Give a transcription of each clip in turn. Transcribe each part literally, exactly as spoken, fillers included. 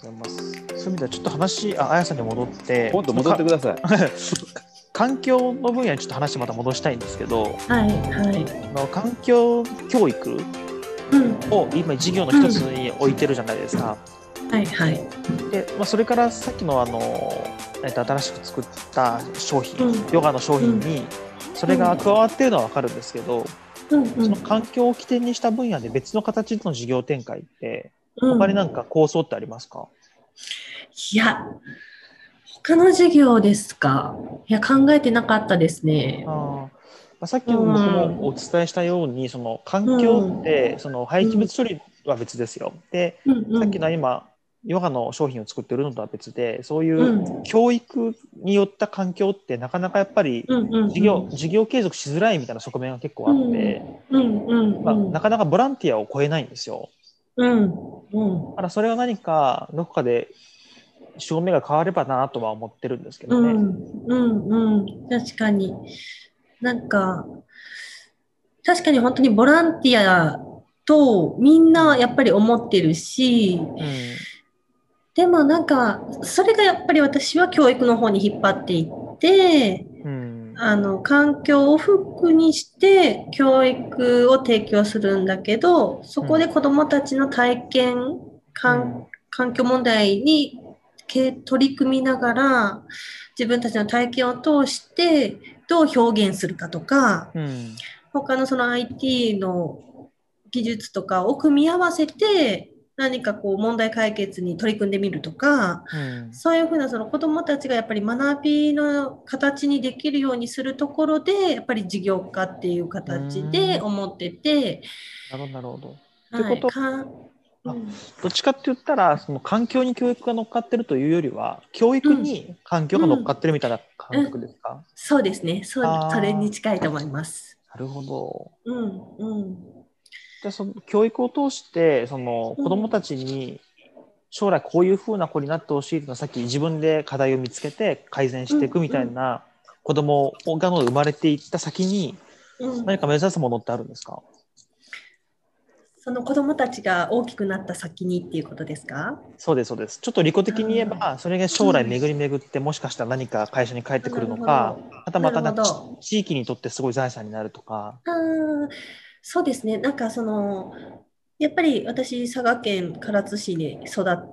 ございます。そういう意味ではちょっと話、あ、あやさんに戻って、 今度戻ってください。 環境の分野にちょっと話また戻したいんですけど、 はいはいあの環境教育うんを今事業の一つに置いてるじゃないですか。 はいはいで、まあ、それからさっきのあの、えっと、新しく作った商品、 うんヨガの商品にそれが加わってるのは分かるんですけど、 うんうんその環境を起点にした分野で別の形での事業展開ってうん他になんか構想ってありますか？ いや他の授業ですか。いや考えてなかったですね。 あーまあ、さっき僕もお伝えしたように、その環境ってその廃棄物処理は別ですよ。で、 うんうん、 さっきの今ヨガの商品を作ってるのとは別で、そういううん教育によった環境ってなかなかやっぱりうんうんうん事業、事業継続しづらいみたいな側面が結構あって、 うんうんうんまあ、なかなかボランティアを超えないんですよ。 うんうんだからそれは何かどこかで潮目が変わればなとは思ってるんですけどね。 うんうんうん確かになんか確かに本当にボランティアとみんなやっぱり思ってるし、 うんでもなんかそれがやっぱり私は教育の方に引っ張っていってうんあの環境をフックにして教育を提供するんだけどそこで子どもたちの体験、環環境問題に取り組みながら自分たちの体験を通してどう表現するかとか、 うん他のその アイティー の技術とかを組み合わせて何かこう問題解決に取り組んでみるとか、 うんそういうふうなその子どもたちがやっぱり学びの形にできるようにするところでやっぱり事業化っていう形で思ってて、 なるほどなるほど。 はい、 ってことかうんあどっちかって言ったらその環境に教育が乗っかってるというよりは教育に環境が乗っかってるみたいな感覚ですか？ うん、そうですねそ、それに近いと思います。 なるほど。 うんうんでその教育を通してその子どもたちに将来こういうふうな子になってほしいというのはさっき自分で課題を見つけて改善していくみたいな子どもが生まれていった先に何か目指すものってあるんですか？ その子どもたちが大きくなった先にっていうことですか？ そうですそうです。ちょっと利己的に言えばそれが将来巡り巡ってもしかしたら何か会社に返ってくるのか、またまた地域にとってすごい財産になるとか。 あそうですね。なんかそのやっぱり私佐賀県唐津市に育って、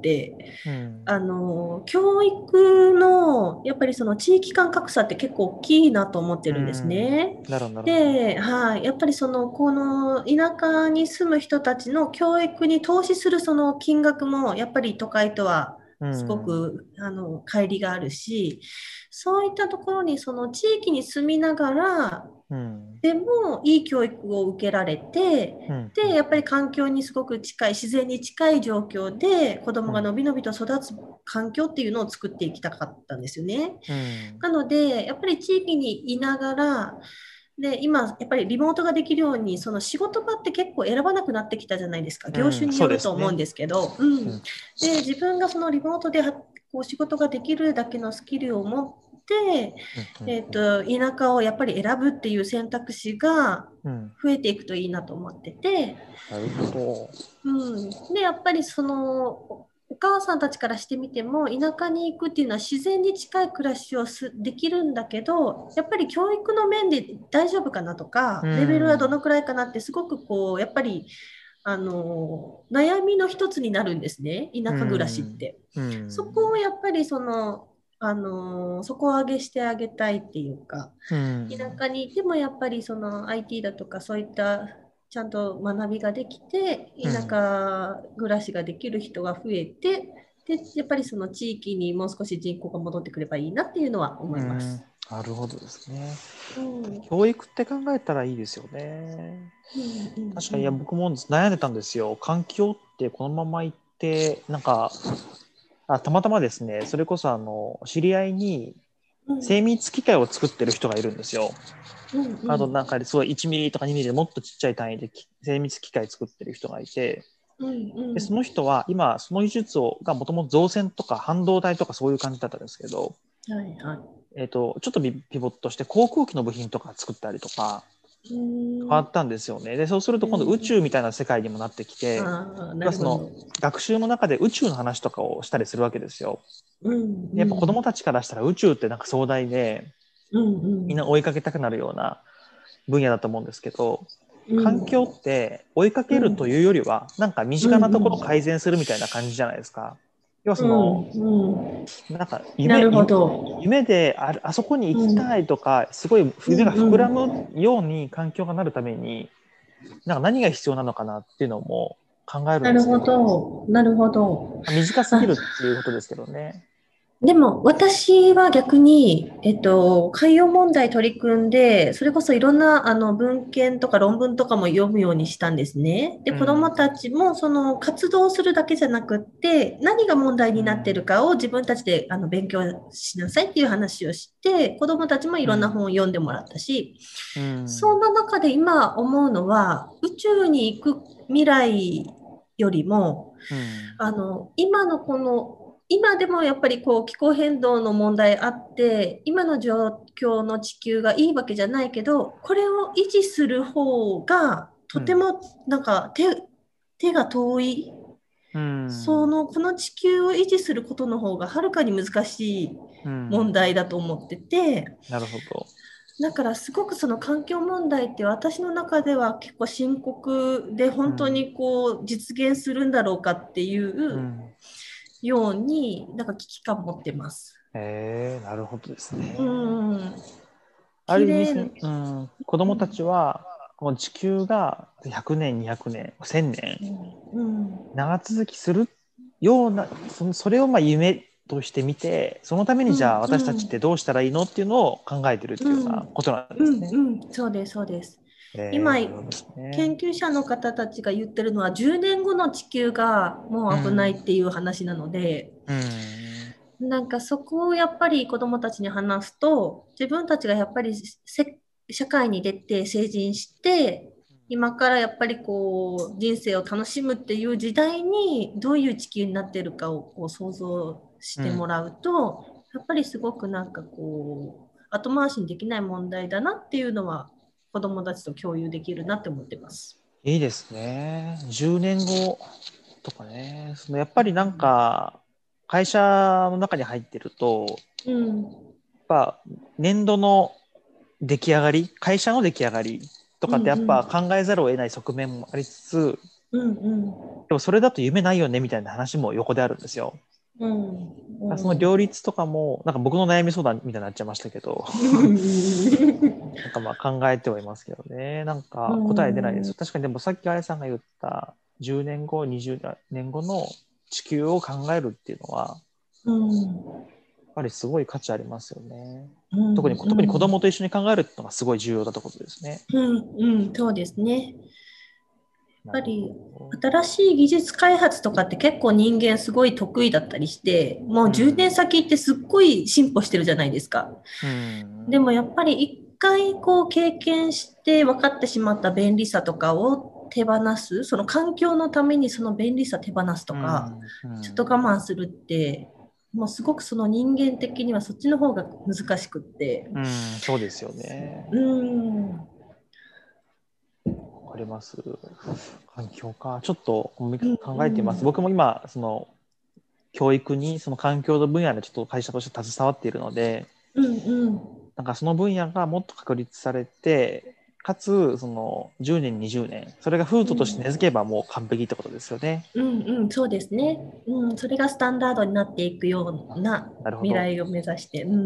うん、あの教育のやっぱりその地域間格差って結構大きいなと思ってるんですね。 うん、なるほどで、はい、やっぱりそのこの田舎に住む人たちの教育に投資するその金額もやっぱり都会とはすごく、うん、あの乖離があるし、そういったところにその地域に住みながら、うん、でもいい教育を受けられて、うん、でやっぱり環境にすごく近い自然に近い状況で子どもがのびのびと育つ環境っていうのを作っていきたかったんですよね。うん、なのでやっぱり地域にいながらで今やっぱりリモートができるようにその仕事場って結構選ばなくなってきたじゃないですか。業種によると思うんですけど、うん、で自分がそのリモートでこう仕事ができるだけのスキルを持ってえー、と田舎をやっぱり選ぶっていう選択肢が増えていくといいなと思ってて、 うん、なるほど、 うん、でやっぱりそのお母さんたちからしてみても田舎に行くっていうのは自然に近い暮らしをすできるんだけどやっぱり教育の面で大丈夫かなとか、うん、レベルはどのくらいかなってすごくこうやっぱりあの悩みの一つになるんですね、田舎暮らしって、うんうん、そこをやっぱりそのあの底上げしてあげたいっていうか、うん、田舎にいてもやっぱりその アイティー だとかそういったちゃんと学びができて田舎暮らしができる人が増えて、うん、でやっぱりその地域にもう少し人口が戻ってくればいいなっていうのは思います。 うん、なるほどですね、うん、教育って考えたらいいですよね、うんうんうん、確かにいや僕も悩んでたんですよ。環境ってこのまま行ってなんかあたまたまですねそれこそあの知り合いに精密機械を作ってる人がいるんですよ、うんうん、あとなんかすごいいちミリとかにミリでもっとちっちゃい単位で精密機械作ってる人がいて、うんうん、でその人は今その技術をがもともと造船とか半導体とかそういう感じだったんですけど、はいはいえー、とちょっとピボットして航空機の部品とか作ったりとか変わったんですよね。でそうすると今度宇宙みたいな世界にもなってきて、うん、その学習の中で宇宙の話とかをしたりするわけですよ。うんうん、やっぱ子どもたちからしたら宇宙ってなんか壮大で、うんうん、みんな追いかけたくなるような分野だと思うんですけど、うん、環境って追いかけるというよりは、うん、なんか身近なところを改善するみたいな感じじゃないですか。要はその、うんうん、なんか 夢, 夢で あ, あそこに行きたいとか、うん、すごい夢が膨らむように環境がなるために、なんか何が必要なのかなっていうのも考えるんですけど。 なるほど、なるほど。 短すぎるっていうことですけどね。 でも私は逆に、えっと、海洋問題取り組んで、それこそいろんなあの文献とか論文とかも読むようにしたんですね。で、子どもたちもその活動するだけじゃなくって、何が問題になっているかを自分たちであの勉強しなさいっていう話をして、子どもたちもいろんな本を読んでもらったし、うん、そんな中で今思うのは、宇宙に行く未来よりも、うん、あの今のこの今でもやっぱりこう気候変動の問題あって、今の状況の地球がいいわけじゃないけど、これを維持する方がとてもなんか手、うん、手が遠い、うん、そのこの地球を維持することの方がはるかに難しい問題だと思ってて、 うん、なるほど。 だからすごくその環境問題って私の中では結構深刻で、本当にこう実現するんだろうかっていう、うんようになんか危機感持ってます。 へえ、なるほどですね。うん、ある意味、うん、子どもたちは、この地球がひゃくねんにひゃくねんせんねん、うん、長続きするような、そ, それをまあ夢として見て、そのためにじゃあ私たちってどうしたらいいのっていうのを考えてるっていうようなことなんですね。 うんうんうん、そうですそうです。今、ね、研究者の方たちが言ってるのはじゅうねんごの地球がもう危ないっていう話なので、うん、なんかそこをやっぱり子どもたちに話すと、自分たちがやっぱり社会に出て成人して、今からやっぱりこう人生を楽しむっていう時代にどういう地球になっているかをこう想像してもらうと、うん、やっぱりすごくなんかこう後回しにできない問題だなっていうのは子どもたちと共有できるなって思ってます。 いいですね。じゅうねんごとかね、そのやっぱりなんか会社の中に入ってると、うん、やっぱ年度の出来上がり、会社の出来上がりとかってやっぱ考えざるを得ない側面もありつつ、うんうん、でもそれだと夢ないよねみたいな話も横であるんですよ。うんうん、その両立とかもなんか僕の悩み相談みたいになっちゃいましたけどなんかまあ考えてはいますけどね。なんか答え出ないです。確かにでもさっきあやさんが言ったじゅうねんごにじゅうねんごの地球を考えるっていうのは、うん、やっぱりすごい価値ありますよね。うん、特に特に子供と一緒に考えるっていうのがすごい重要だということですね。 うんうん、そうですね。やっぱり新しい技術開発とかって結構人間すごい得意だったりして、もうじゅうねん先ってすっごい進歩してるじゃないですか。うん、でもやっぱり一回こう経験して分かってしまった便利さとかを手放す、その環境のためにその便利さ手放すとか、うんうん、ちょっと我慢するって、もうすごくその人間的にはそっちの方が難しくって。 うん、そうですよね。うん。わかります。環境か。ちょっと考えています。うんうん、僕も今その教育にその環境の分野でちょっと会社として携わっているので、うんうん、なんかその分野がもっと確立されて、かつそのじゅうねんにじゅうねんそれが風土として根付けばもう完璧ってことですよね。 うんうん、そうですね、うん、それがスタンダードになっていくような未来を目指して、うんうん、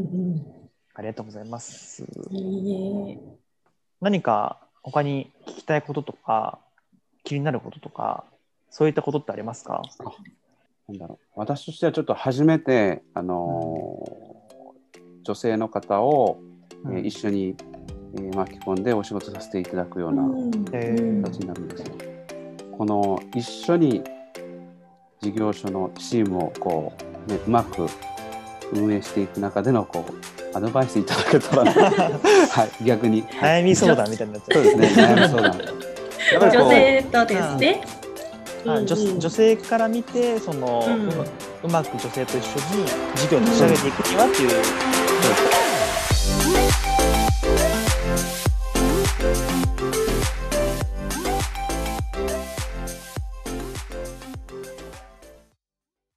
ありがとうございます。 いいえ。 何か他に聞きたいこととか気になることとかそういったことってありますか？ なんだろう、私としてはちょっと初めて、あのーうん、女性の方を、うんえー、一緒に、えー、巻き込んでお仕事させていただくような形になるんですよ。うん、この一緒に事業所のチームをこう、ね、うまく運営していく中でのこうアドバイスいただけたら、はい、逆に悩み相談みたいになっちゃう。 そうですね、悩み相談。 女性とですね。 うんうん、女, 女性から見てその、うん、う, うまく女性と一緒に事業を立ち上げていくにはっていう、うん